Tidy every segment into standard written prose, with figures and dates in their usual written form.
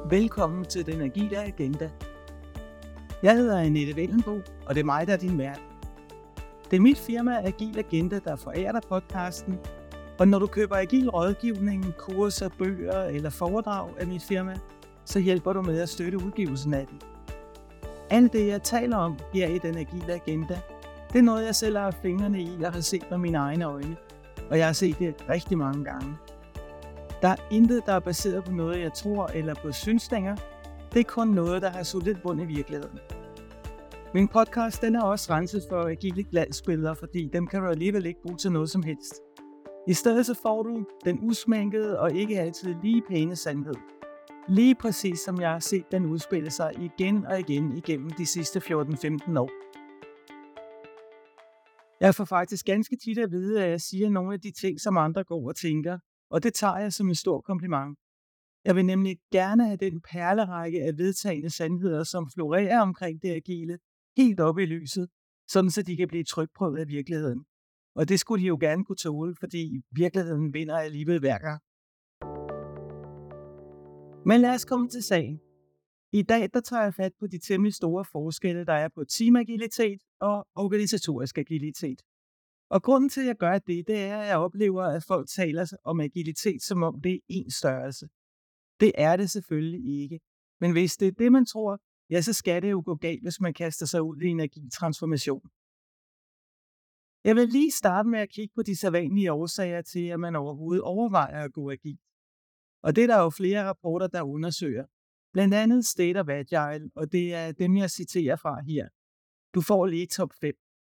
Velkommen til Den Agile Agenda. Jeg hedder Annette Wellenbo, og det er mig, der er din vært. Det er mit firma Agile Agenda, der forærer dig podcasten, og når du køber agil rådgivning, kurser, bøger eller foredrag af mit firma, så hjælper du med at støtte udgivelsen af den. Alt det, jeg taler om her i Den Agile Agenda, det er noget, jeg selv har haft fingrene i og har set med mine egne øjne, og jeg har set det rigtig mange gange. Der er intet, der er baseret på noget, jeg tror eller på synsninger. Det er kun noget, der har solidt bund i virkeligheden. Min podcast den er også renset for agile glansbilleder, fordi dem kan du alligevel ikke bruge til noget som helst. I stedet så får du den usmænkede og ikke altid lige pæne sandhed. Lige præcis som jeg har set den udspille sig igen og igen igennem de sidste 14-15 år. Jeg får faktisk ganske tit at vide, at jeg siger nogle af de ting, som andre går og tænker. Og det tager jeg som en stor kompliment. Jeg vil nemlig gerne have den perlerække af vedtagne sandheder, som florerer omkring det agile, helt op i lyset, sådan så de kan blive trykprøvet af virkeligheden. Og det skulle de jo gerne kunne tåle, fordi virkeligheden vinder alligevel hver gang. Men lad os komme til sagen. I dag der tager jeg fat på de temmelig store forskelle, der er på teamagilitet og organisatorisk agilitet. Og grunden til, at jeg gør det er, at jeg oplever, at folk taler om agilitet, som om det er én størrelse. Det er det selvfølgelig ikke. Men hvis det er det, man tror, ja, så skal det jo gå galt, hvis man kaster sig ud i en agil transformation. Jeg vil lige starte med at kigge på de sædvanlige årsager til, at man overhovedet overvejer at gå agil. Og det er der jo flere rapporter, der undersøger. Blandt andet State of Agile, og det er dem, jeg citerer fra her. Du får lige top 5.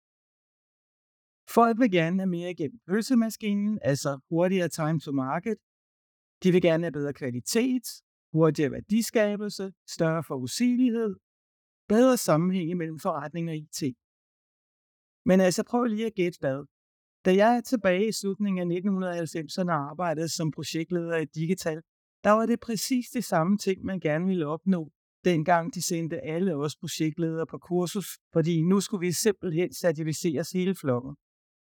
Folk vil gerne have mere igennem pølsemaskinen, altså hurtigere time to market. De vil gerne have bedre kvalitet, hurtigere værdiskabelse, større forudsigelighed, bedre sammenhæng mellem forretning og IT. Men altså prøv lige at gætte hvad. Da jeg er tilbage i slutningen af 1990'erne og arbejdede som projektleder i Digital, der var det præcis det samme ting, man gerne ville opnå, dengang de sendte alle os projektledere på kursus, fordi nu skulle vi simpelthen certificeres hele flokken.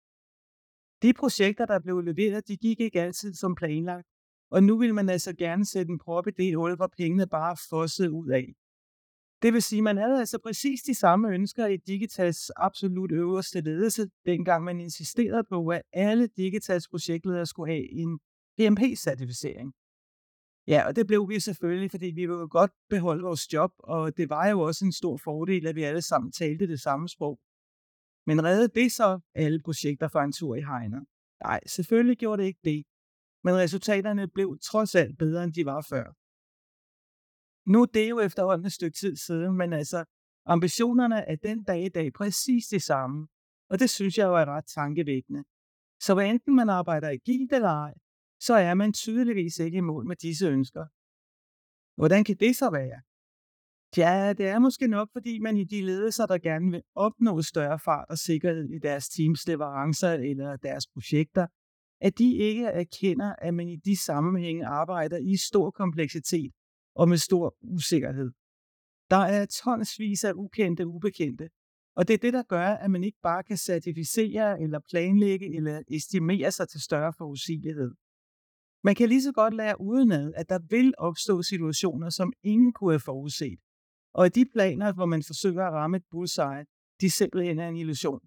De projekter, der blev leveret, de gik ikke altid som planlagt, og nu vil man altså gerne sætte en prop i det hul, hvor pengene bare fossede ud af. Det vil sige, at man havde altså præcis de samme ønsker i Digitals absolut øverste ledelse, dengang man insisterede på, at alle Digitals projektledere skulle have en PMP-certificering. Ja, og det blev vi selvfølgelig, fordi vi ville godt beholde vores job, og det var jo også en stor fordel, at vi alle sammen talte det samme sprog. Men reddede det så alle projekter for en tur i hegnet? Nej, selvfølgelig gjorde det ikke det. Men resultaterne blev trods alt bedre, end de var før. Nu er det jo efterhånden et stykke tid siden, men altså ambitionerne er den dag i dag præcis det samme. Og det synes jeg jo er ret tankevækkende. Så hvad enten man arbejder agilt eller ej, så er man tydeligvis ikke i mål med disse ønsker. Hvordan kan det så være? Ja, det er måske nok, fordi man i de ledelser, der gerne vil opnå større fart og sikkerhed i deres teams leverancer eller deres projekter, at de ikke erkender, at man i de sammenhænge arbejder i stor kompleksitet og med stor usikkerhed. Der er tonsvis af ukendte ubekendte, og det er det, der gør, at man ikke bare kan certificere eller planlægge eller estimere sig til større forudsigelighed. Man kan lige så godt lære udenad, at der vil opstå situationer, som ingen kunne have forudset. Og i de planer, hvor man forsøger at ramme et bullseye, de simpelthen er en illusion.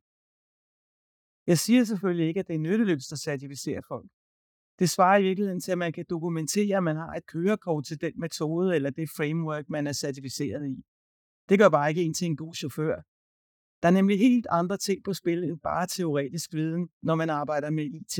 Jeg siger selvfølgelig ikke, at det er nytteløst at certificere folk. Det svarer i virkeligheden til, at man kan dokumentere, at man har et kørekort til den metode eller det framework, man er certificeret i. Det gør bare ikke en til en god chauffør. Der er nemlig helt andre ting på spil end bare teoretisk viden, når man arbejder med IT.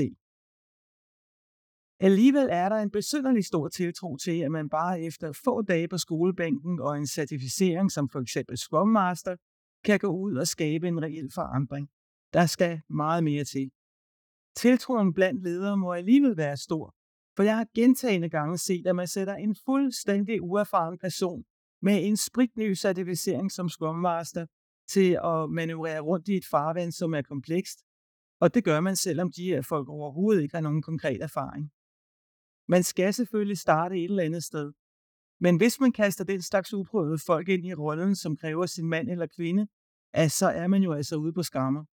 Alligevel er der en besynderlig stor tiltro til, at man bare efter få dage på skolebænken og en certificering som for eksempel Scrum Master, kan gå ud og skabe en reel forandring. Der skal meget mere til. Tiltroen blandt ledere må alligevel være stor, for jeg har gentagne gange set, at man sætter en fuldstændig uerfaren person med en spritny certificering som Scrum Master til at manøvrere rundt i et farvand, som er komplekst, og det gør man, selvom de her folk overhovedet ikke har nogen konkret erfaring. Man skal selvfølgelig starte et eller andet sted, men hvis man kaster den slags uprøvede folk ind i rollen, som kræver sin mand eller kvinde, så er man jo altså ude på skammer.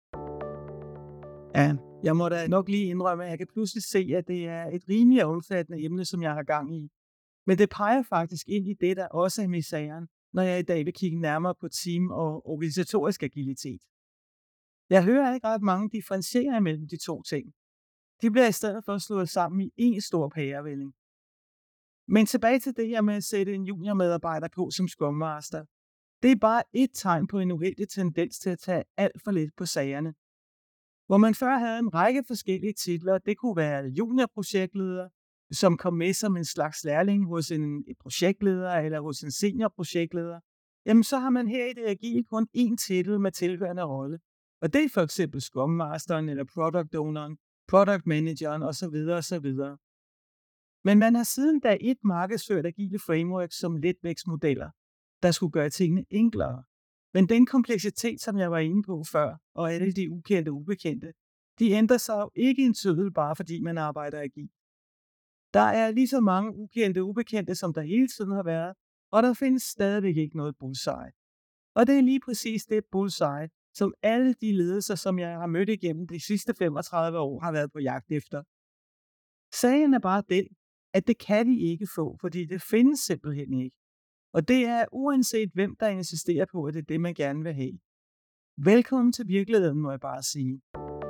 Ja, jeg må da nok lige indrømme, at jeg kan pludselig se, at det er et rimelig omfattende emne, som jeg har gang i. Men det peger faktisk ind i det, der også er misæren, når jeg i dag vil kigge nærmere på team- og organisatorisk agilitet. Jeg hører ikke ret mange differentiere imellem de to ting. De bliver i stedet for slået sammen i en stor pærevælling. Men tilbage til det her med at sætte en juniormedarbejder på som Scrum Master. Det er bare et tegn på en uheldig tendens til at tage alt for lidt på sagerne. Hvor man før havde en række forskellige titler, det kunne være juniorprojektleder, som kom med som en slags lærling hos en projektleder eller hos en seniorprojektleder. Jamen så har man her i det agile kun én titel med tilhørende rolle. Og det er for eksempel Scrum Masteren eller Product Owneren, Product Manageren osv. osv. Men man har siden da et markedsført agile framework som letvægtsmodeller, der skulle gøre tingene enklere. Men den kompleksitet, som jeg var inde på før, og alle de ukendte og ubekendte, de ændrer sig jo ikke en tøddel, bare fordi man arbejder agilt. Der er lige så mange ukendte og ubekendte, som der hele tiden har været, og der findes stadigvæk ikke noget bullseye. Og det er lige præcis det bullseye, som alle de ledelser, som jeg har mødt igennem de sidste 35 år, har været på jagt efter. Sagen er bare den, at det kan de ikke få, fordi det findes simpelthen ikke. Og det er uanset hvem, der insisterer på, at det er det, man gerne vil have. Velkommen til virkeligheden, må jeg bare sige.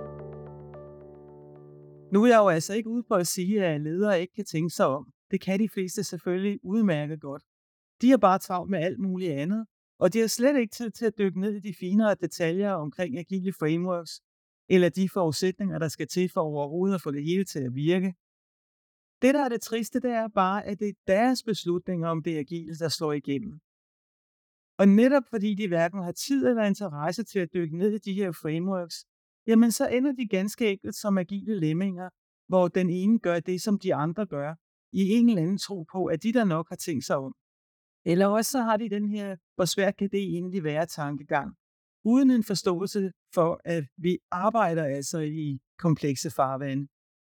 Nu er jeg jo altså ikke ude på at sige, at ledere ikke kan tænke sig om. Det kan de fleste selvfølgelig udmærket godt. De har bare travlt med alt muligt andet, og de har slet ikke tid til at dykke ned i de finere detaljer omkring agile frameworks, eller de forudsætninger, der skal til for overhovedet at få det hele til at virke. Det, der er det triste, det er bare, at det er deres beslutninger om det agile, der slår igennem. Og netop fordi de hverken har tid eller interesse til at dykke ned i de her frameworks, jamen så ender de ganske enkelt som agile lemminger, hvor den ene gør det, som de andre gør, i en eller anden tro på, at de der nok har tænkt sig om. Eller også så har de den her, hvor svært kan det egentlig være tankegang, uden en forståelse for, at vi arbejder altså i komplekse farvande.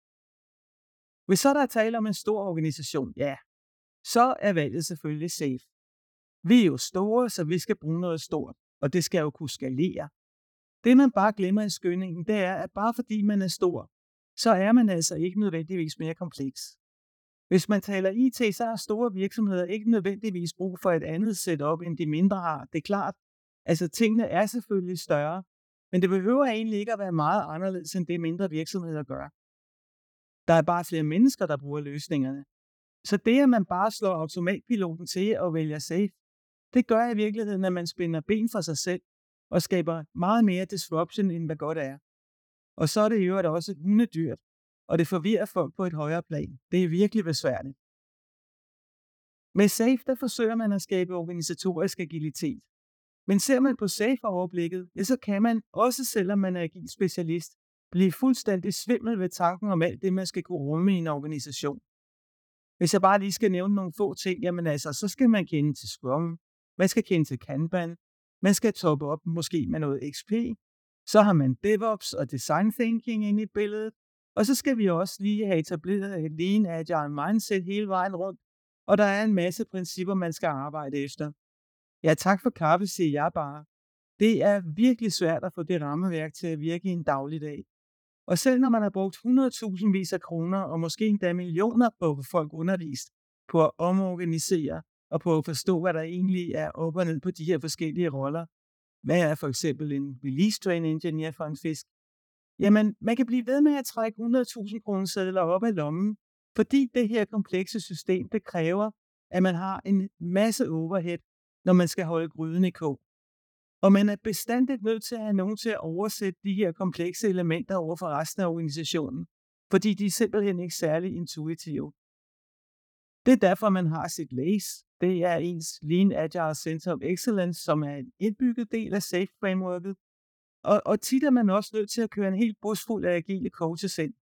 Hvis så der er tale om en stor organisation, ja, så er valget selvfølgelig safe. Vi er jo store, så vi skal bruge noget stort, og det skal jo kunne skalere. Det man bare glemmer i skyndingen, det er, at bare fordi man er stor, så er man altså ikke nødvendigvis mere kompleks. Hvis man taler IT, så har store virksomheder ikke nødvendigvis brug for et andet setup, end de mindre har. Det er klart, altså tingene er selvfølgelig større, men det behøver egentlig ikke at være meget anderledes, end det mindre virksomheder gør. Der er bare flere mennesker, der bruger løsningerne. Så det, at man bare slår automatpiloten til og vælger safe, det gør i virkeligheden, at man spænder ben for sig selv og skaber meget mere disruption, end hvad godt er. Og så er det jo også hundedyrt, og det forvirrer folk på et højere plan. Det er virkelig besværligt. Med SAFe, der forsøger man at skabe organisatorisk agilitet. Men ser man på SAFe-overblikket, ja, så kan man, også selvom man er agil specialist, blive fuldstændig svimmel ved tanken om alt det, man skal kunne rumme i en organisation. Hvis jeg bare lige skal nævne nogle få ting, jamen altså, så skal man kende til Scrum, man skal kende til Kanban, man skal toppe op måske med noget XP, så har man DevOps og Design Thinking inde i billedet, og så skal vi også lige have etableret et Lean Agile mindset hele vejen rundt, og der er en masse principper, man skal arbejde efter. Ja, tak for kaffe, siger jeg bare. Det er virkelig svært at få det rammeværk til at virke i en dagligdag. Og selv når man har brugt 100.000 af kroner og måske endda millioner på at få folk undervist, på at omorganisere og på at forstå, hvad der egentlig er op og ned på de her forskellige roller. Hvad er for eksempel en release train engineer for en fisk? Jamen, man kan blive ved med at trække 100.000 kroner sedler op af lommen, fordi det her komplekse system, det kræver, at man har en masse overhead, når man skal holde gryden i kog. Og man er bestandigt nødt til at have nogen til at oversætte de her komplekse elementer over for resten af organisationen, fordi de er simpelthen ikke særlig intuitive. Det er derfor, man har sit LACE. Det er ens Lean Agile Center of Excellence, som er en indbygget del af SAFe-frameworket. Og tit er man også nødt til at køre en helt bus fuld af agile coaches ind.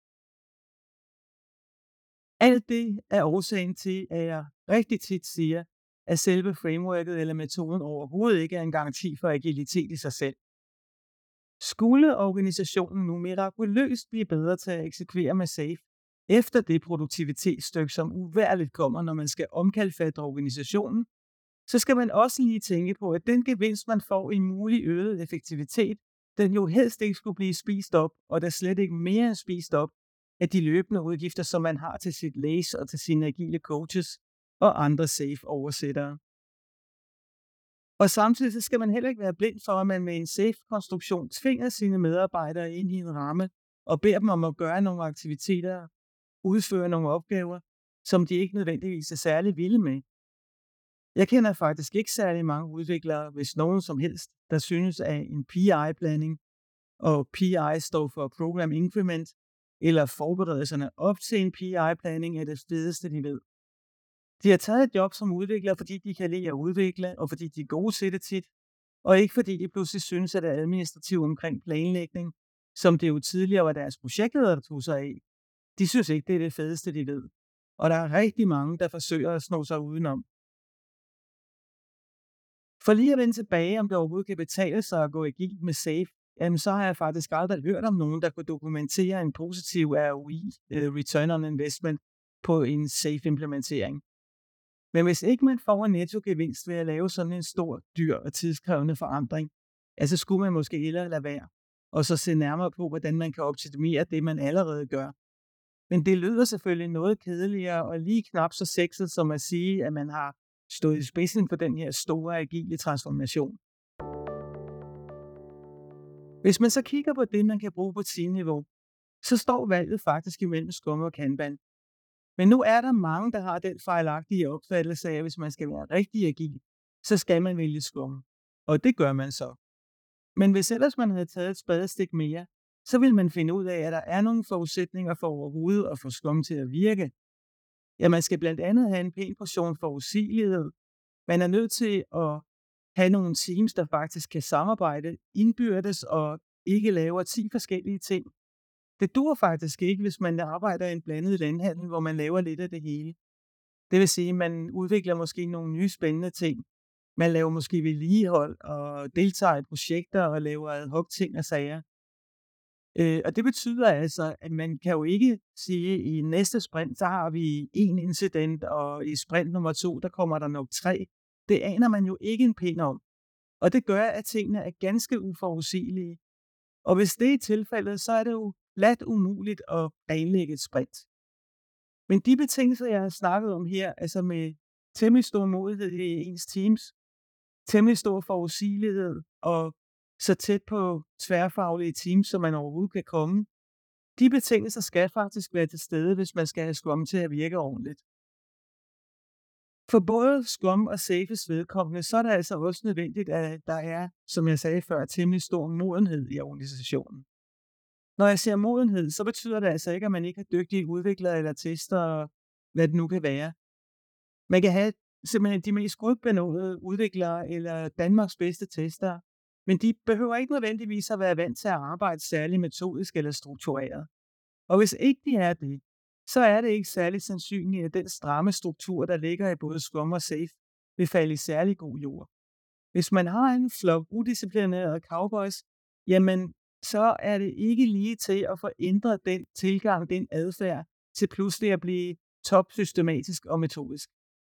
Alt det er årsagen til, at jeg rigtig tit siger, at selve frameworket eller metoden overhovedet ikke er en garanti for agilitet i sig selv. Skulle organisationen nu mirakuløst blive bedre til at eksekvere med SAFe, efter det produktivitetsstykke, som uværligt kommer, når man skal omkalfatre organisationen, så skal man også lige tænke på, at den gevinst, man får i mulig øget effektivitet, den jo helst ikke skulle blive spist op, og der slet ikke mere end spist op af de løbende udgifter, som man har til sit LACE og til sine agile coaches, og andre SAFe-oversættere. Og samtidig så skal man heller ikke være blind for, at man med en SAFe-konstruktion tvinger sine medarbejdere ind i en ramme og beder dem om at gøre nogle aktiviteter, udføre nogle opgaver, som de ikke nødvendigvis er særlig vilde med. Jeg kender faktisk ikke særlig mange udviklere, hvis nogen som helst, der synes, at en PI-blanding, og PI står for Program Increment, eller forberedelserne op til en PI-blanding er det fedeste, de ved. De har taget et job som udvikler, fordi de kan lide at udvikle, og fordi de er gode til det tit, og ikke fordi de pludselig synes, at det administrativt omkring planlægning, som det jo tidligere var deres projektleder, der tog sig af. De synes ikke, det er det fedeste, de ved. Og der er rigtig mange, der forsøger at sno sig udenom. For lige at vende tilbage, om det overhovedet kan betale sig at gå agilt med SAFe, jamen så har jeg faktisk aldrig hørt om nogen, der kunne dokumentere en positiv ROI, Return on Investment, på en SAFe-implementering. Men hvis ikke man får en nettogevinst ved at lave sådan en stor, dyr og tidskrævende forandring, så skulle man måske hellere lade være, og så se nærmere på, hvordan man kan optimere det, man allerede gør. Men det lyder selvfølgelig noget kedeligere og lige knap så sexet som at sige, at man har stået i spidsen for den her store, agile transformation. Hvis man så kigger på det, man kan bruge på teamniveau, så står valget faktisk imellem Scrum og Kanban. Men nu er der mange, der har den fejlagtige opfattelse af, at hvis man skal være rigtig agil, så skal man vælge Scrum. Og det gør man så. Men hvis ellers man havde taget et spadestik mere, så vil man finde ud af, at der er nogle forudsætninger for overhovedet at få Scrum til at virke. Ja, man skal blandt andet have en pæn portion forudsigelighed. Man er nødt til at have nogle teams, der faktisk kan samarbejde indbyrdes og ikke laver 10 forskellige ting. Det dur faktisk ikke, hvis man arbejder i en blandet landhandel, hvor man laver lidt af det hele. Det vil sige, at man udvikler måske nogle nye spændende ting. Man laver måske vedligehold og deltager i projekter og laver ad hoc ting og sager. Og det betyder altså, at man kan jo ikke sige, at i næste sprint, så har vi 1 incident, og i sprint nummer 2, der kommer der nok 3. Det aner man jo ikke en pind om. Og det gør, at tingene er ganske uforudsigelige. Og hvis det er tilfældet, så er det jo let umuligt at planlægge et sprint. Men de betingelser, jeg har snakket om her, altså med temmelig stor modighed i ens teams, temmelig stor forudsigelighed og så tæt på tværfaglige teams, som man overhovedet kan komme, de betingelser skal faktisk være til stede, hvis man skal have Scrum til at virke ordentligt. For både Scrum og SAFes vedkommende, så er det altså også nødvendigt, at der er, som jeg sagde før, temmelig stor modenhed i organisationen. Når jeg siger modenhed, så betyder det altså ikke, at man ikke har dygtige udviklere eller tester, hvad det nu kan være. Man kan have simpelthen de mest godbenådede udviklere eller Danmarks bedste testere, men de behøver ikke nødvendigvis at være vant til at arbejde særlig metodisk eller struktureret. Og hvis ikke de er det, så er det ikke særlig sandsynligt, at den stramme struktur, der ligger i både Scrum og SAFe, vil falde i særlig god jord. Hvis man har en flok udisciplinerede cowboys, jamen så er det ikke lige til at få ændret den tilgang, den adfærd, til pludselig at blive topsystematisk og metodisk.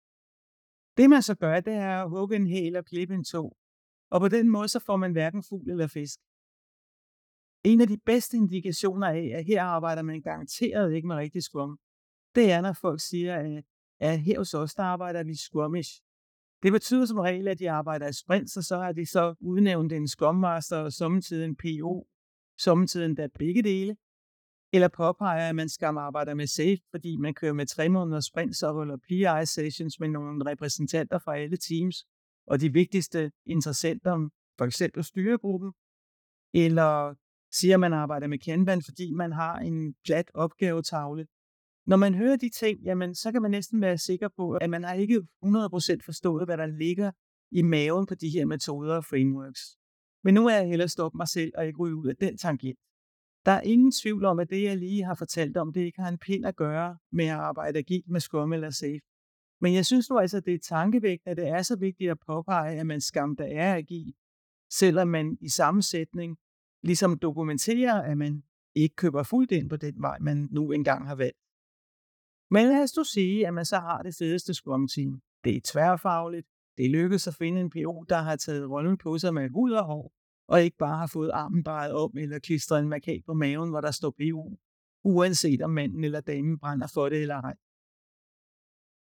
Det man så gør, det er at hugge en hæl og klippe en tå, og på den måde så får man hverken fugl eller fisk. En af de bedste indikationer af, at her arbejder man garanteret ikke med rigtig Scrum, det er, når folk siger, at her hos os, der arbejder vi Scrumish. Det betyder som regel, at de arbejder i sprints, og så har de så udnævnt en Scrum Master og samtidig en PO, samtidig endda begge dele, eller påpeger, at man skal arbejde med SAFe, fordi man kører med 3 måneders sprints og holder PI-sessions med nogle repræsentanter fra alle teams, og de vigtigste interessenter, for eksempel styregruppen, eller siger, at man arbejder med Kanban, fordi man har en plat opgavetavle. Når man hører de ting, jamen, så kan man næsten være sikker på, at man har ikke 100% forstået, hvad der ligger i maven på de her metoder og frameworks. Men nu er jeg hellere stoppe mig selv og ikke ryge ud af den tangent. Der er ingen tvivl om, at det, jeg lige har fortalt om, det ikke har en pind at gøre med at arbejde agilt med Scrum eller SAFe. Men jeg synes nu altså, at det er tankevækkende, at det er så vigtigt at påpege, at man skam der er agil, selvom man i sammensætning ligesom dokumenterer, at man ikke køber fuldt ind på den vej, man nu engang har valgt. Men lad os nu sige, at man så har det fedeste Scrum-team. Det er tværfagligt. Det lykkes at finde en PO, der har taget rollen på sig med hud og hår, og ikke bare har fået armen drejet om eller klistret en markat på maven, hvor der står PO, uanset om manden eller damen brænder for det eller ej.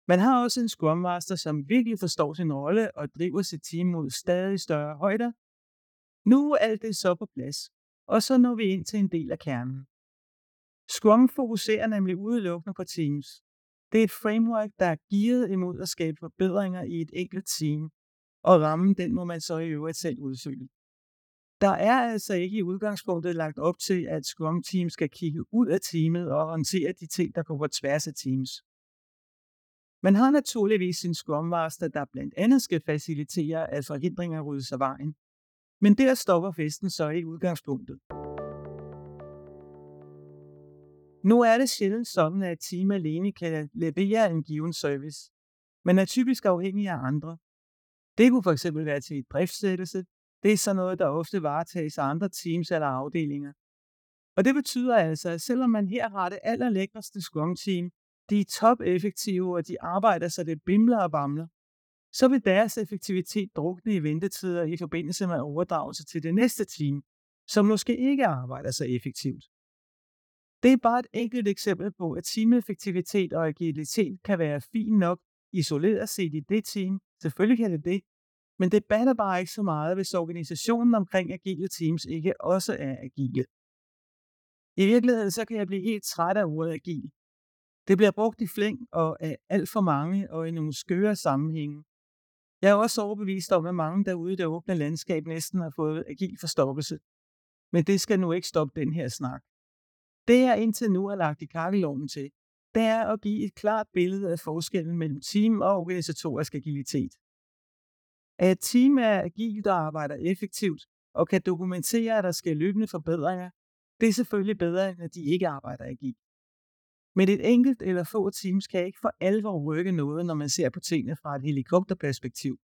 Man har også en Scrum Master, som virkelig forstår sin rolle og driver sit team mod stadig større højder. Nu er alt det så på plads, og så når vi ind til en del af kernen. Scrum fokuserer nemlig udelukkende på teams. Det er et framework, der er gearet imod at skabe forbedringer i et enkelt team, og rammen den må man så i øvrigt selv udfylde. Der er altså ikke i udgangspunktet lagt op til, at Scrum Team skal kigge ud af teamet og håndtere de ting, der går på tværs af teams. Man har naturligvis sin Scrum Master, der blandt andet skal facilitere, at forhindringer ryddes af vejen. Men der stopper festen så i udgangspunktet. Nu er det sjældent sådan, at et team alene kan levere en given service, men er typisk afhængig af andre. Det kunne fx være til et driftsættelse. Det er sådan noget, der ofte varetages af andre teams eller afdelinger. Og det betyder altså, at selvom man her har det allerlækreste Scrum-team, de er top-effektive, og de arbejder, så det bimler og bamler, så vil deres effektivitet drukne i ventetider i forbindelse med overdragelse til det næste team, som måske ikke arbejder så effektivt. Det er bare et enkelt eksempel på, at teameffektivitet og agilitet kan være fint nok isoleret set i det team. Selvfølgelig kan det, men det batter bare ikke så meget, hvis organisationen omkring agile teams ikke også er agile. I virkeligheden så kan jeg blive helt træt af ordet agil. Det bliver brugt i flæng og af alt for mange og i nogle skøre sammenhænge. Jeg er også overbevist om, at mange derude i det åbne landskab næsten har fået agil forstoppelse. Men det skal nu ikke stoppe den her snak. Det jeg indtil nu har lagt i kakkelovnen til, det er at give et klart billede af forskellen mellem team og organisatorisk agilitet. At et team er agilt og arbejder effektivt og kan dokumentere, at der sker løbende forbedringer, det er selvfølgelig bedre, end at de ikke arbejder agilt. Men et enkelt eller få teams kan ikke for alvor rykke noget, når man ser på tingene fra et helikopterperspektiv.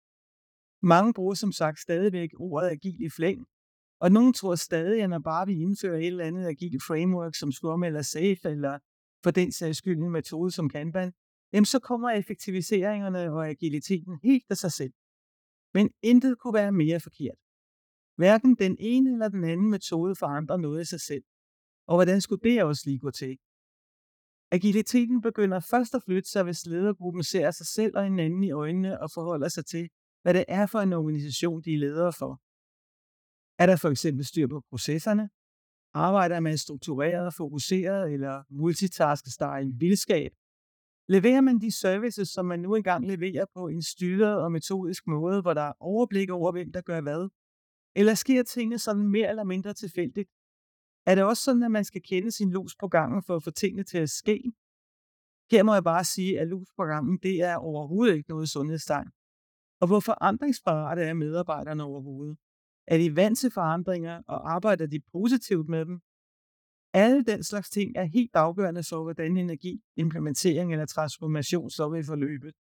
Mange bruger som sagt stadigvæk ordet agil i flæng, og nogen tror stadig, at når bare vi indfører et eller andet agilt framework som Scrum eller SAFe, eller for den sags skyld en metode som Kanban, så kommer effektiviseringerne og agiliteten helt af sig selv. Men intet kunne være mere forkert. Hverken den ene eller den anden metode forandrer noget i sig selv. Og hvordan skulle det også lige gå til? Agiliteten begynder først at flytte sig, hvis ledergruppen ser sig selv og hinanden i øjnene og forholder sig til, hvad det er for en organisation, de er ledere for. Er der for eksempel styr på processerne? Arbejder man struktureret, fokuseret eller multitask-style vildskab? Leverer man de services, som man nu engang leverer på en styret og metodisk måde, hvor der er overblik over, hvem der gør hvad? Eller sker tingene sådan mere eller mindre tilfældigt? Er det også sådan, at man skal kende sin lus på gangen for at få tingene til at ske? Her må jeg bare sige, at lus på gangen, det er overhovedet ikke noget sundhedstegn. Og hvor forandringsparate er medarbejderne overhovedet? Er de vant til forandringer, og arbejder de positivt med dem? Alle den slags ting er helt afgørende for, hvordan energi, implementering eller transformation så vil forløbe.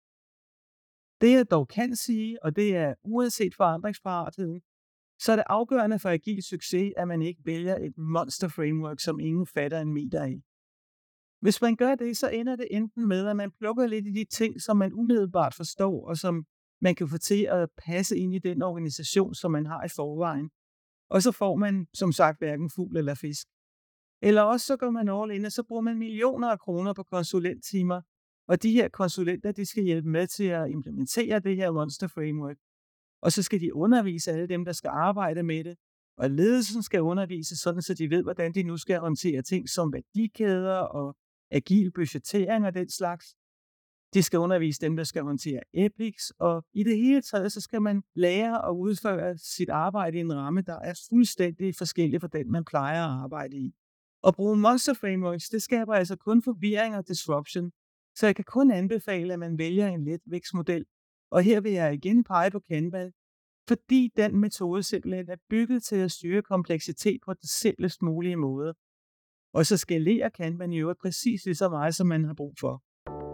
Det jeg dog kan sige, og det er uanset forandringsparatheden, så er det afgørende for agil succes, at man ikke vælger et monster framework, som ingen fatter en meter af. Hvis man gør det, så ender det enten med, at man plukker lidt i de ting, som man umiddelbart forstår, og som man kan få til at passe ind i den organisation, som man har i forvejen. Og så får man, som sagt, hverken fugl eller fisk. Eller også så går man all in, og så bruger man millioner af kroner på konsulenttimer, og de her konsulenter, de skal hjælpe med til at implementere det her monster framework. Og så skal de undervise alle dem, der skal arbejde med det, og ledelsen skal undervise, sådan så de ved, hvordan de nu skal håndtere ting som værdikæder og agil budgettering og den slags. De skal undervise dem, der skal håndtere epics, og i det hele taget, så skal man lære at udføre sit arbejde i en ramme, der er fuldstændig forskellig fra den, man plejer at arbejde i. At bruge monster frameworks, det skaber altså kun forvirring og disruption, så jeg kan kun anbefale, at man vælger en let vækstmodel. Og her vil jeg igen pege på Kanban, fordi den metode simpelthen er bygget til at styre kompleksitet på den simplest mulige måde. Og så skalerer Kanban i øvrigt præcis lige så meget, som man har brug for.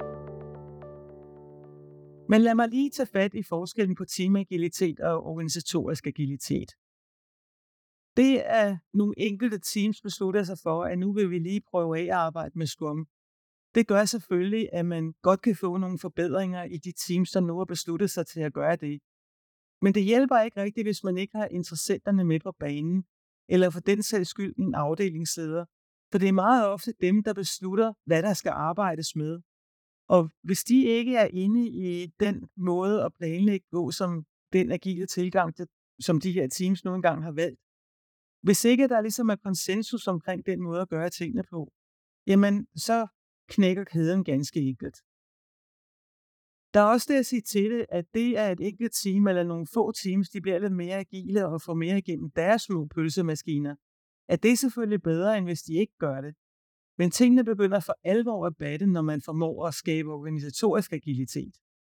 Men lad mig lige tage fat i forskellen på teamagilitet og organisatorisk agilitet. Det er nogle enkelte teams beslutter sig for, at nu vil vi lige prøve af at arbejde med Scrum. Det gør selvfølgelig, at man godt kan få nogle forbedringer i de teams, der nu har besluttet sig til at gøre det. Men det hjælper ikke rigtigt, hvis man ikke har interessenterne med på banen, eller for den sags skyld en afdelingsleder. For det er meget ofte dem, der beslutter, hvad der skal arbejdes med. Og hvis de ikke er inde i den måde at planlægge på, som den agile tilgang, som de her teams nu engang har valgt, hvis ikke der ligesom er konsensus omkring den måde at gøre tingene på, jamen så knækker kæden ganske enkelt. Der er også det at sige til det, at det er et enkelt team eller nogle få teams, de bliver lidt mere agile og får mere igennem deres små pølsemaskiner, at det er selvfølgelig bedre, end hvis de ikke gør det. Men tingene begynder for alvor at batte, når man formår at skabe organisatorisk agilitet.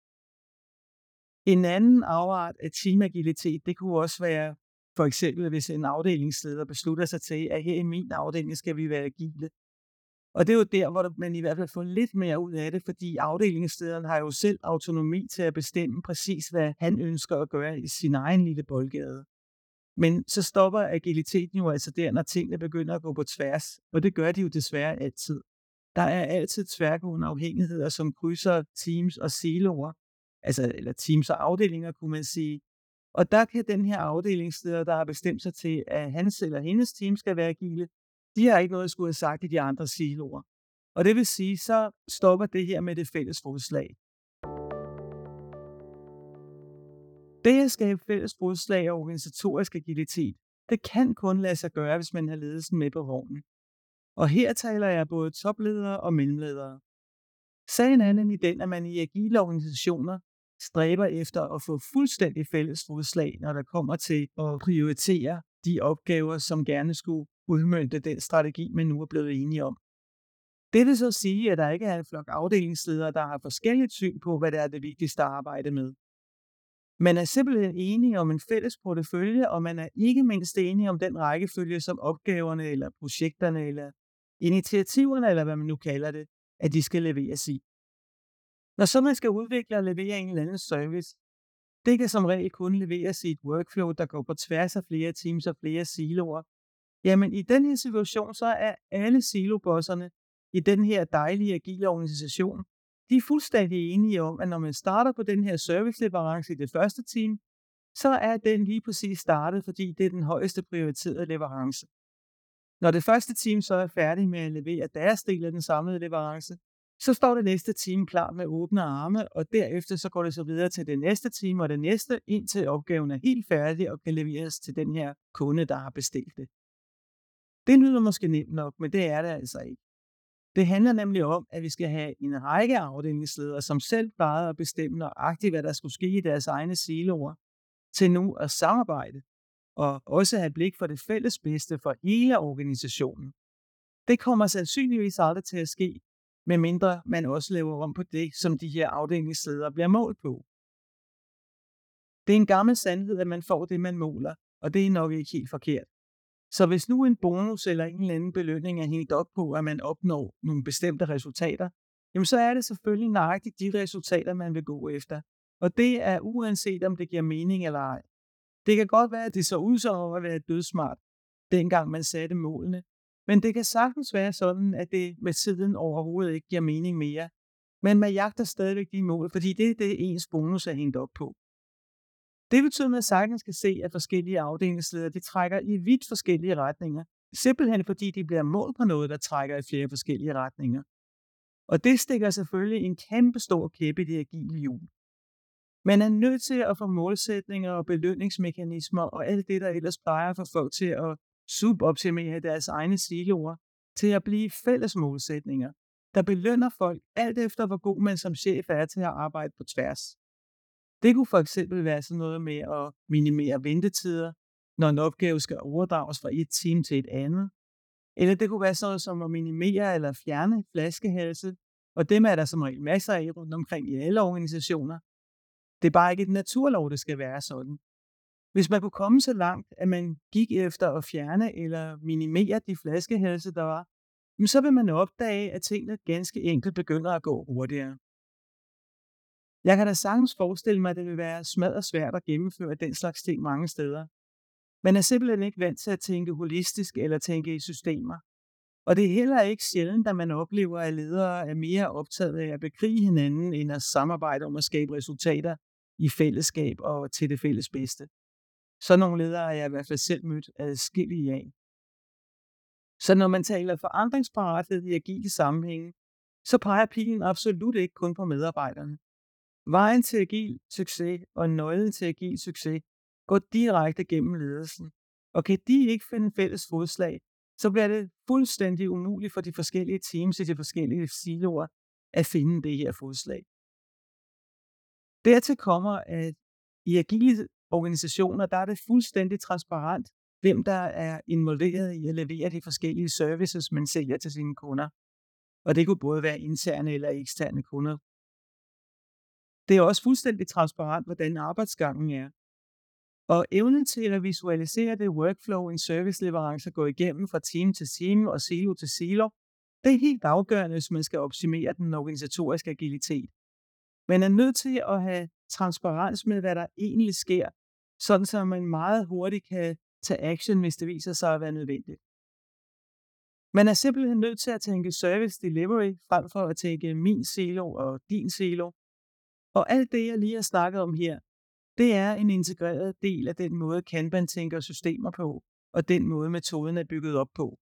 En anden afart af teamagilitet, det kunne også være for eksempel, hvis en afdelingsleder beslutter sig til, at her i min afdeling skal vi være agile. Og det er jo der, hvor man i hvert fald får lidt mere ud af det, fordi afdelingslederen har jo selv autonomi til at bestemme præcis, hvad han ønsker at gøre i sin egen lille boldgade. Men så stopper agiliteten jo altså der, når tingene begynder at gå på tværs, og det gør de jo desværre altid. Der er altid tværgående afhængigheder, som krydser teams og siloer, eller teams og afdelinger, kunne man sige. Og der kan den her afdelingsleder, der har bestemt sig til, at hans eller hendes team skal være agile, de har ikke noget at skulle have sagt i de andre siloer. Og det vil sige, så stopper det her med det fælles fodslag. Det at skabe fælles fodslag og organisatorisk agilitet, det kan kun lade sig gøre, hvis man har ledelsen med på vognen. Og her taler jeg både topledere og mellemledere. Sagen er nemlig den, at man i agile organisationer stræber efter at få fuldstændig fælles fodslag, når der kommer til at prioritere de opgaver, som gerne skulle udmønte den strategi, man nu er blevet enige om. Det vil så sige, at der ikke er en flok afdelingsledere, der har forskelligt syn på, hvad det er det vigtigste at arbejde med. Man er simpelthen enige om en fælles portefølje, og man er ikke mindst enige om den rækkefølge, som opgaverne eller projekterne eller initiativerne, eller hvad man nu kalder det, at de skal leveres i. Når så man skal udvikle og levere en eller anden service, det kan som regel kun leveres i et workflow, der går på tværs af flere teams og flere siloer. Jamen i den her situation, så er alle silobosserne i den her dejlige agile organisation, de er fuldstændig enige om, at når man starter på den her serviceleverance i det første team, så er den lige præcis startet, fordi det er den højeste prioriterede leverance. Når det første team så er færdig med at levere deres del af den samlede leverance, så står det næste team klar med åbne arme, og derefter så går det så videre til det næste team og det næste, indtil opgaven er helt færdig og kan leveres til den her kunde, der har bestilt det. Det lyder måske nemt nok, men det er det altså ikke. Det handler nemlig om, at vi skal have en række afdelingsledere, som selv plejede at bestemme nøjagtigt, hvad der skulle ske i deres egne siloer, til nu at samarbejde og også have blik for det fælles bedste for hele organisationen. Det kommer sandsynligvis aldrig til at ske, medmindre man også laver om på det, som de her afdelingsledere bliver målt på. Det er en gammel sandhed, at man får det, man måler, og det er nok ikke helt forkert. Så hvis nu en bonus eller en eller anden belønning er hængt op på, at man opnår nogle bestemte resultater, jamen så er det selvfølgelig nøjagtigt de resultater, man vil gå efter. Og det er uanset om det giver mening eller ej. Det kan godt være, at det så ud som at være dødsmart, dengang man satte målene. Men det kan sagtens være sådan, at det med tiden overhovedet ikke giver mening mere. Men man jagter stadigvæk de mål, fordi det er det, ens bonus er hængt op på. Det betyder, at man sagtens kan se, at forskellige afdelingsledere de trækker i vidt forskellige retninger. Simpelthen fordi de bliver målt på noget, der trækker i flere forskellige retninger. Og det stikker selvfølgelig en kæmpe stor kæppe i det agile hjul. Man er nødt til at få målsætninger og belønningsmekanismer og alt det, der ellers plejer for folk til at suboptimere deres egne siloer, til at blive fælles målsætninger, der belønner folk alt efter, hvor god man som chef er til at arbejde på tværs. Det kunne for eksempel være sådan noget med at minimere ventetider, når en opgave skal overdrages fra et team til et andet. Eller det kunne være sådan noget som at minimere eller fjerne flaskehalse, og dem er der som regel masser af rundt omkring i alle organisationer. Det er bare ikke et naturlov, det skal være sådan. Hvis man kunne komme så langt, at man gik efter at fjerne eller minimere de flaskehalse, der var, så vil man opdage, at tingene ganske enkelt begynder at gå hurtigere. Jeg kan da sagtens forestille mig, at det vil være smadret at gennemføre den slags ting mange steder. Man er simpelthen ikke vant til at tænke holistisk eller tænke i systemer. Og det er heller ikke sjældent, at man oplever, at ledere er mere optaget af at bekrige hinanden, end at samarbejde om at skabe resultater i fællesskab og til det fælles bedste. Sådan nogle ledere har jeg i hvert fald selv mødt adskillige af. Så når man taler forandringsparathed i agile sammenhænge, så peger pilen absolut ikke kun på medarbejderne. Vejen til agil succes og nøglen til agil succes går direkte gennem ledelsen. Og kan de ikke finde fælles fodslag, så bliver det fuldstændig umuligt for de forskellige teams i de forskellige siloer at finde det her fodslag. Dertil kommer, at i agile organisationer, der er det fuldstændig transparent, hvem der er involveret i at levere de forskellige services, man sælger til sine kunder. Og det kunne både være interne eller eksterne kunder. Det er også fuldstændig transparent, hvordan arbejdsgangen er. Og evnen til at visualisere det workflow, en serviceleverance går igennem fra team til team og silo til silo, det er helt afgørende, hvis man skal optimere den organisatoriske agilitet. Man er nødt til at have transparens med, hvad der egentlig sker, sådan så man meget hurtigt kan tage action, hvis det viser sig at være nødvendigt. Man er simpelthen nødt til at tænke service delivery, frem for at tænke min silo og din silo. Og alt det, jeg lige har snakket om her, det er en integreret del af den måde, Kanban tænker systemer på, og den måde, metoden er bygget op på.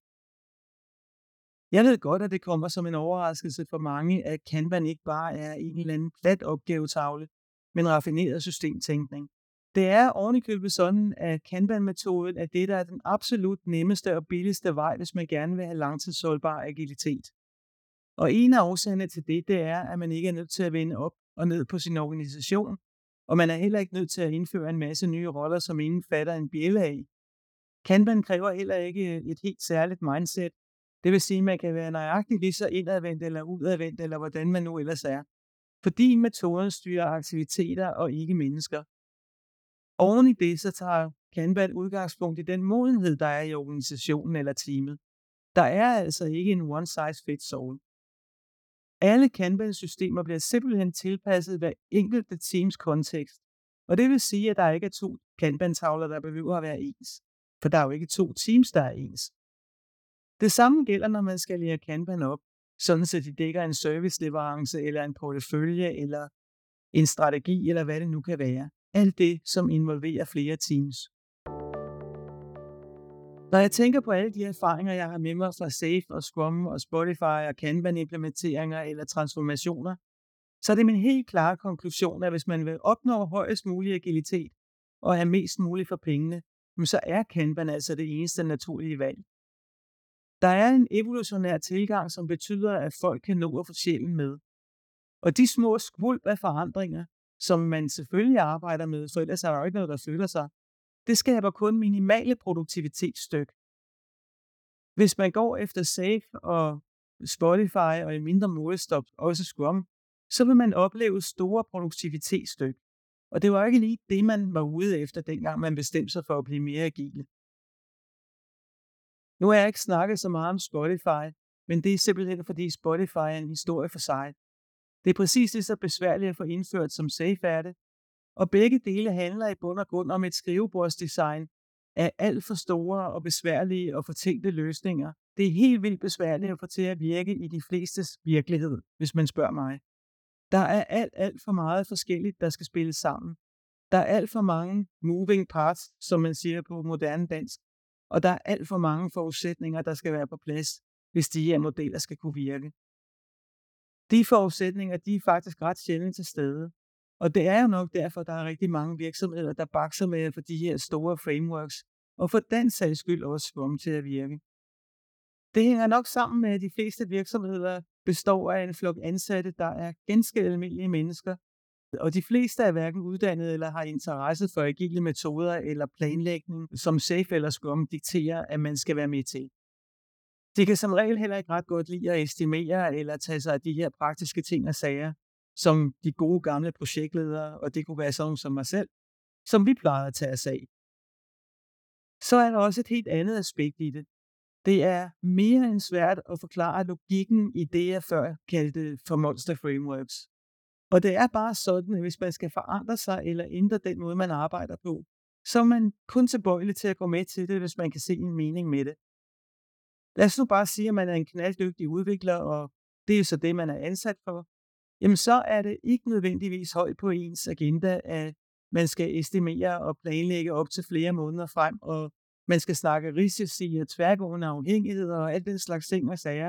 Jeg ved godt, at det kommer som en overraskelse for mange, at Kanban ikke bare er en eller anden plat opgavetavle, men raffineret systemtænkning. Det er ovenikøbet sådan, at Kanban-metoden er det, der er den absolut nemmeste og billigste vej, hvis man gerne vil have langtidsholdbar agilitet. Og en af årsagerne til det er, at man ikke er nødt til at vende op og ned på sin organisation, og man er heller ikke nødt til at indføre en masse nye roller, som ingen fatter en bjælle af. Kanban kræver heller ikke et helt særligt mindset. Det vil sige, at man kan være nøjagtigt lige så indadvendt eller udadvendt, eller hvordan man nu ellers er. Fordi metoden styrer aktiviteter og ikke mennesker. Oven i det, så tager Kanban udgangspunkt i den modenhed, der er i organisationen eller teamet. Der er altså ikke en one size fits all. Alle Kanban-systemer bliver simpelthen tilpasset hver enkelte teams kontekst. Og det vil sige, at der ikke er 2 Kanban-tavler, der behøver at være ens. For der er jo ikke 2 teams, der er ens. Det samme gælder, når man skal lære Kanban op, sådan så de dækker en serviceleverance eller en portefølje eller en strategi eller hvad det nu kan være. Alt det, som involverer flere teams. Når jeg tænker på alle de erfaringer, jeg har med mig fra SAFe og Scrum og Spotify og Kanban-implementeringer eller transformationer, så er det min helt klare konklusion, at hvis man vil opnå højest mulig agilitet og have mest muligt for pengene, så er Kanban altså det eneste naturlige valg. Der er en evolutionær tilgang, som betyder, at folk kan nå at få sjælen med. Og de små skvulp af forandringer, som man selvfølgelig arbejder med, for ellers er der jo ikke noget, der flytter sig, det skaber kun minimale produktivitetsstyk. Hvis man går efter SAFe og Spotify og i mindre målestok, også Scrum, så vil man opleve store produktivitetsstyk. Og det var ikke lige det, man var ude efter, dengang man bestemte sig for at blive mere agile. Nu har jeg ikke snakket så meget om Spotify, men det er simpelthen fordi Spotify er en historie for sig. Det er præcis lige så besværligt at få indført, som SAFe er det. Og begge dele handler i bund og grund om et skrivebordsdesign af alt for store og besværlige og fortænkte løsninger. Det er helt vildt besværligt at få til at virke i de flestes virkelighed, hvis man spørger mig. Der er alt for meget forskelligt, der skal spilles sammen. Der er alt for mange moving parts, som man siger på moderne dansk. Og der er alt for mange forudsætninger, der skal være på plads, hvis de her modeller skal kunne virke. De forudsætninger, de er faktisk ret sjældent til stede. Og det er jo nok derfor, der er rigtig mange virksomheder, der bakser med at få de her store frameworks, og for den sags skyld også Scrum til at virke. Det hænger nok sammen med, at de fleste virksomheder består af en flok ansatte, der er ganske almindelige mennesker, og de fleste er hverken uddannede eller har interesse for agile metoder eller planlægning, som SAFe eller Scrum dikterer, at man skal være med til. De kan som regel heller ikke ret godt lide at estimere eller tage sig af de her praktiske ting og sager, som de gode gamle projektledere, og det kunne være sådan som mig selv, som vi plejede at tage os af. Så er der også et helt andet aspekt i det. Det er mere end svært at forklare logikken i det, jeg før kaldte for monster frameworks. Og det er bare sådan, at hvis man skal forandre sig eller ændre den måde, man arbejder på, så er man kun tilbøjelig til at gå med til det, hvis man kan se en mening med det. Lad os nu bare sige, at man er en knalddygtig udvikler, og det er så det, man er ansat for. Jamen så er det ikke nødvendigvis højt på ens agenda, at man skal estimere og planlægge op til flere måneder frem, og man skal snakke risici og tværgående afhængigheder og alt den slags ting og sager,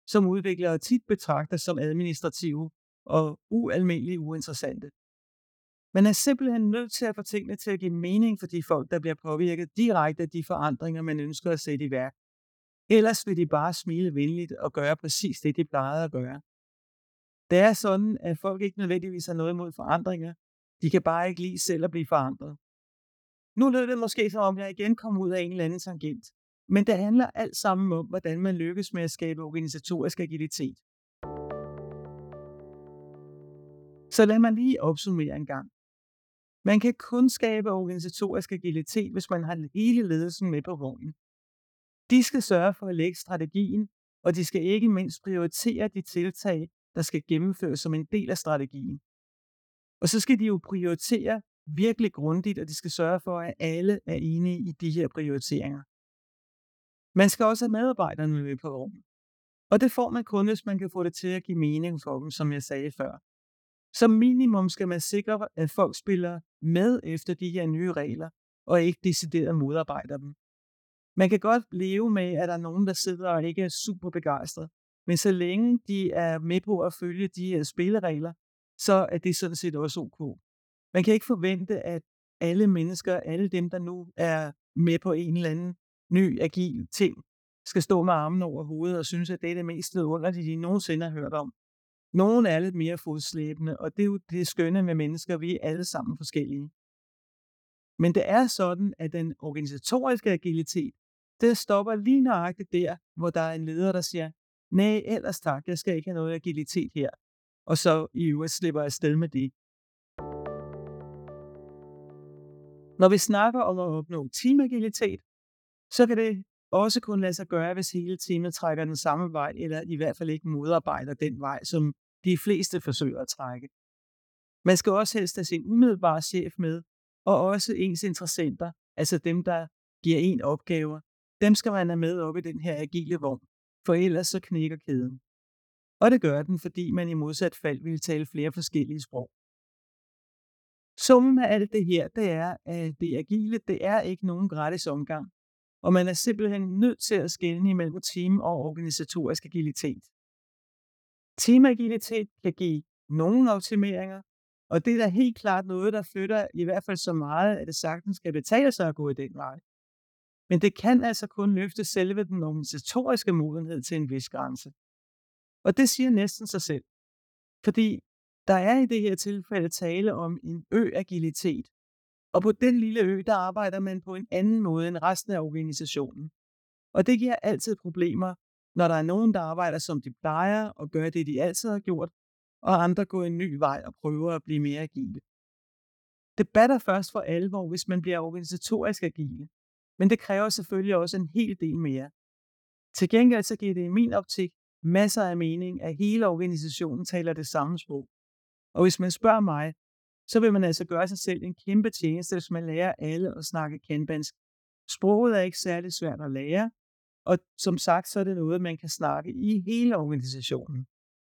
som udviklere tit betragter som administrative og ualmindeligt uinteressante. Man er simpelthen nødt til at få tingene til at give mening for de folk, der bliver påvirket direkte af de forandringer, man ønsker at sætte i værk. Ellers vil de bare smile venligt og gøre præcis det, de plejede at gøre. Det er sådan, at folk ikke nødvendigvis har noget imod forandringer. De kan bare ikke lide selv at blive forandret. Nu lød det måske som om, jeg igen kom ud af en eller anden tangent. Men det handler alt sammen om, hvordan man lykkes med at skabe organisatorisk agilitet. Så lad mig lige opsummere en gang. Man kan kun skabe organisatorisk agilitet, hvis man har hele ledelsen med på vognen. De skal sørge for at lægge strategien, og de skal ikke mindst prioritere de tiltag, der skal gennemføres som en del af strategien. Og så skal de jo prioritere virkelig grundigt, og de skal sørge for, at alle er enige i de her prioriteringer. Man skal også have medarbejderne med på vognen. Og det får man kun, hvis man kan få det til at give mening for dem, som jeg sagde før. Som minimum skal man sikre, at folk spiller med efter de her nye regler, og ikke decideret modarbejder dem. Man kan godt leve med, at der er nogen, der sidder og ikke er super begejstret, men så længe de er med på at følge de her spilleregler, så er det sådan set også ok. Man kan ikke forvente, at alle mennesker, alle dem, der nu er med på en eller anden ny, agil ting, skal stå med armen over hovedet og synes, at det er det mest vidunderlige, de nogensinde har hørt om. Nogle er lidt mere fodslæbende, og det er jo det skønne med mennesker, vi er alle sammen forskellige. Men det er sådan, at den organisatoriske agilitet, det stopper lige nøjagtigt der, hvor der er en leder, der siger, nej, ellers tak, jeg skal ikke have noget agilitet her. Og så i øvrigt slipper jeg afsted med det. Når vi snakker om at opnå teamagilitet, så kan det også kun lade sig gøre, hvis hele teamet trækker den samme vej, eller i hvert fald ikke modarbejder den vej, som de fleste forsøger at trække. Man skal også helst have sin umiddelbare chef med, og også ens interessenter, altså dem, der giver en opgaver, dem skal man have med op i den her agile vogn, for ellers så knækker kæden. Og det gør den, fordi man i modsat fald vil tale flere forskellige sprog. Summen af alt det her, det er, at det agile, det er ikke nogen gratis omgang, og man er simpelthen nødt til at skelne imellem team og organisatorisk agilitet. Teamagilitet kan give nogle optimeringer, og det er da helt klart noget, der flytter i hvert fald så meget, at det sagtens skal betale sig at gå i den vej. Men det kan altså kun løfte selve den organisatoriske modenhed til en vis grænse. Og det siger næsten sig selv. Fordi der er i det her tilfælde tale om en ø-agilitet. Og på den lille ø, der arbejder man på en anden måde end resten af organisationen. Og det giver altid problemer, når der er nogen, der arbejder som de plejer og gør det, de altid har gjort, og andre går en ny vej og prøver at blive mere agile. Det batter først for alvor, hvis man bliver organisatorisk agile. Men det kræver selvfølgelig også en hel del mere. Til gengæld så giver det i min optik masser af mening, at hele organisationen taler det samme sprog. Og hvis man spørger mig, så vil man altså gøre sig selv en kæmpe tjeneste, hvis man lærer alle at snakke kanbansk. Sproget er ikke særlig svært at lære, og som sagt, så er det noget, man kan snakke i hele organisationen.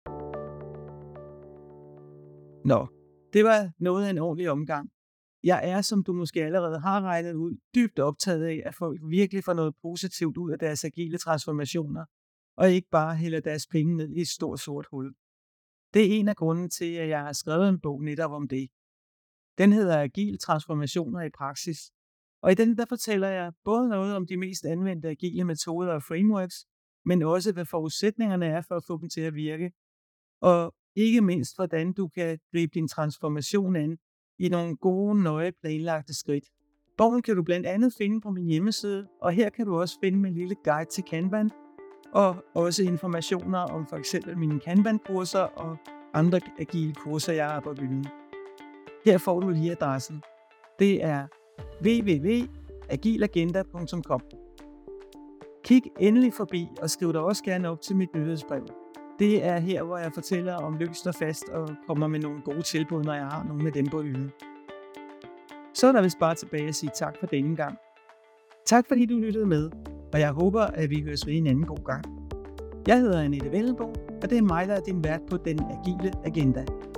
Nå, det var noget af en ordentlig omgang. Jeg er, som du måske allerede har regnet ud, dybt optaget af, at folk virkelig får noget positivt ud af deres agile transformationer, og ikke bare hælder deres penge ned i et stort sort hul. Det er en af grunden til, at jeg har skrevet en bog netop om det. Den hedder Agile transformationer i praksis, og i den der fortæller jeg både noget om de mest anvendte agile metoder og frameworks, men også hvad forudsætningerne er for at få dem til at virke, og ikke mindst hvordan du kan gribe din transformation an i nogle gode, nøje planlagte skridt. Bogen kan du blandt andet finde på min hjemmeside, og her kan du også finde min lille guide til Kanban, og også informationer om for eksempel mine Kanban-kurser og andre agile kurser, jeg har på hylden. Her får du lige adressen. Det er www.agilagenda.com. Kig endelig forbi og skriv dig også gerne op til mit nyhedsbrev. Det er her, hvor jeg fortæller om løst og fast og kommer med nogle gode tilbud, når jeg har nogle af dem på hylden. Så er der vist bare tilbage at sige tak for denne gang. Tak fordi du lyttede med, og jeg håber, at vi høres ved en anden god gang. Jeg hedder Annette Vellenbo, og det er mig, der er din vært på Den Agile Agenda.